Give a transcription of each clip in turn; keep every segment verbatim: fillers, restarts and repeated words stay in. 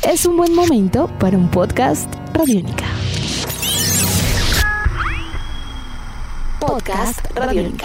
es un buen momento para un podcast Radiónica. Podcast Radiónica.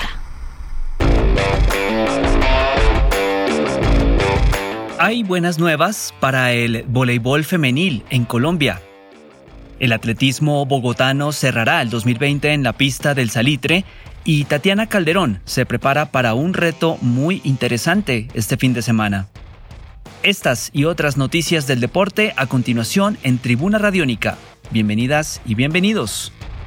Hay buenas nuevas para el voleibol femenil en Colombia. El atletismo bogotano cerrará el dos mil veinte en la pista del Salitre y Tatiana Calderón se prepara para un reto muy interesante este fin de semana. Estas y otras noticias del deporte a continuación en Tribuna Radiónica. Bienvenidas y bienvenidos.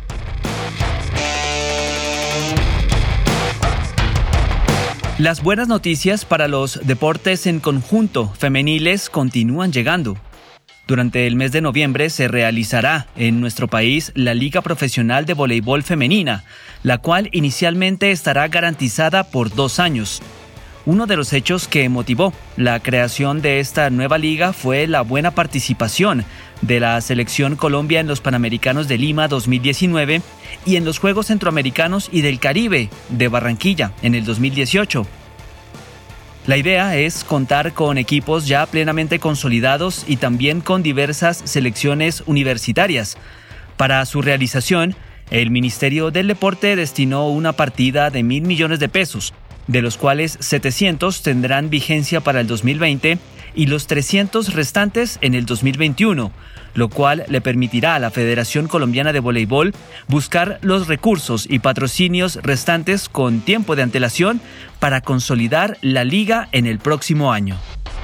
Las buenas noticias para los deportes en conjunto femeniles continúan llegando. Durante el mes de noviembre se realizará en nuestro país la Liga Profesional de Voleibol Femenina, la cual inicialmente estará garantizada por dos años. Uno de los hechos que motivó la creación de esta nueva liga fue la buena participación de la Selección Colombia en los Panamericanos de Lima dos mil diecinueve y en los Juegos Centroamericanos y del Caribe de Barranquilla en el dos mil dieciocho. La idea es contar con equipos ya plenamente consolidados y también con diversas selecciones universitarias. Para su realización, el Ministerio del Deporte destinó una partida de mil millones de pesos, de los cuales setecientos tendrán vigencia para el dos mil veinte y los trescientos restantes en el dos mil veintiuno, lo cual le permitirá a la Federación Colombiana de Voleibol buscar los recursos y patrocinios restantes con tiempo de antelación para consolidar la liga en el próximo año.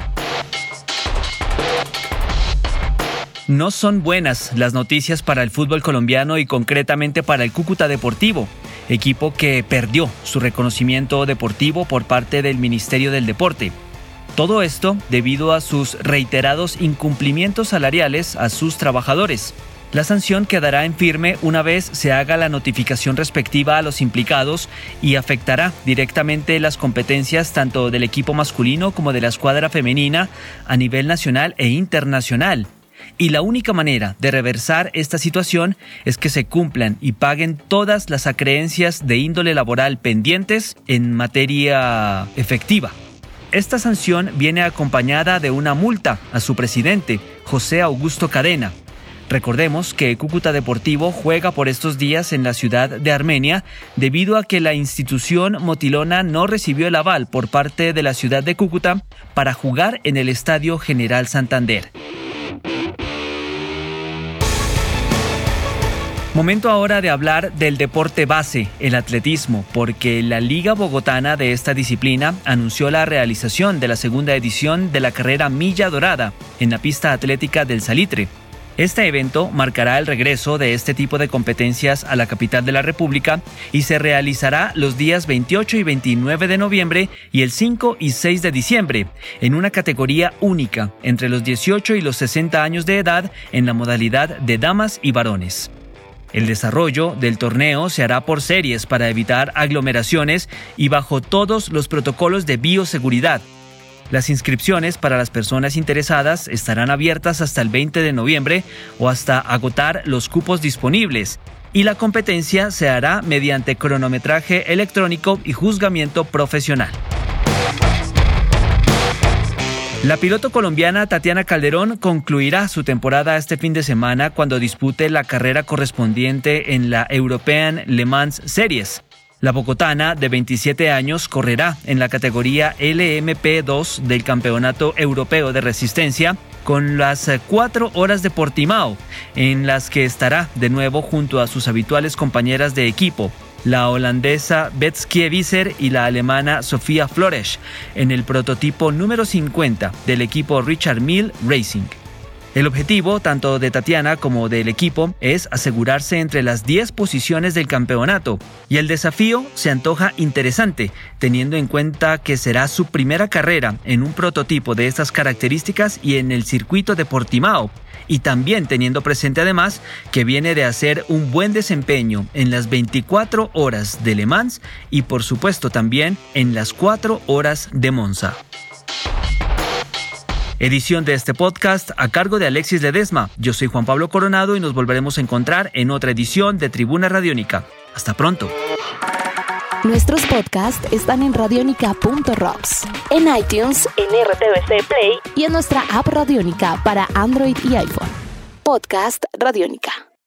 No son buenas las noticias para el fútbol colombiano y concretamente para el Cúcuta Deportivo, equipo que perdió su reconocimiento deportivo por parte del Ministerio del Deporte. Todo esto debido a sus reiterados incumplimientos salariales a sus trabajadores. La sanción quedará en firme una vez se haga la notificación respectiva a los implicados y afectará directamente las competencias tanto del equipo masculino como de la escuadra femenina a nivel nacional e internacional. Y la única manera de reversar esta situación es que se cumplan y paguen todas las acreencias de índole laboral pendientes en materia efectiva. Esta sanción viene acompañada de una multa a su presidente, José Augusto Cadena. Recordemos que Cúcuta Deportivo juega por estos días en la ciudad de Armenia debido a que la institución motilona no recibió el aval por parte de la ciudad de Cúcuta para jugar en el Estadio General Santander. Momento ahora de hablar del deporte base, el atletismo, porque la Liga Bogotana de esta disciplina anunció la realización de la segunda edición de la carrera Milla Dorada en la pista atlética del Salitre. Este evento marcará el regreso de este tipo de competencias a la capital de la República y se realizará los días veintiocho y veintinueve de noviembre y el cinco y seis de diciembre, en una categoría única entre los dieciocho y los sesenta años de edad en la modalidad de damas y varones. El desarrollo del torneo se hará por series para evitar aglomeraciones y bajo todos los protocolos de bioseguridad. Las inscripciones para las personas interesadas estarán abiertas hasta el veinte de noviembre o hasta agotar los cupos disponibles, y la competencia se hará mediante cronometraje electrónico y juzgamiento profesional. La piloto colombiana Tatiana Calderón concluirá su temporada este fin de semana cuando dispute la carrera correspondiente en la European Le Mans Series. La bogotana, de veintisiete años, correrá en la categoría L M P dos del Campeonato Europeo de Resistencia con las cuatro horas de Portimao, en las que estará de nuevo junto a sus habituales compañeras de equipo, la holandesa Betskie Visser y la alemana Sofía Flores, en el prototipo número cincuenta del equipo Richard Mille Racing. El objetivo, tanto de Tatiana como del equipo, es asegurarse entre las diez posiciones del campeonato, y el desafío se antoja interesante, teniendo en cuenta que será su primera carrera en un prototipo de estas características y en el circuito de Portimao, y también teniendo presente además que viene de hacer un buen desempeño en las veinticuatro horas de Le Mans y por supuesto también en las cuatro horas de Monza. Edición de este podcast a cargo de Alexis Ledesma. Yo soy Juan Pablo Coronado y nos volveremos a encontrar en otra edición de Tribuna Radiónica. Hasta pronto. Nuestros podcasts están en radionica punto rocks. en iTunes, en R T V C Play y en nuestra app Radiónica para Android y iPhone. Podcast Radiónica.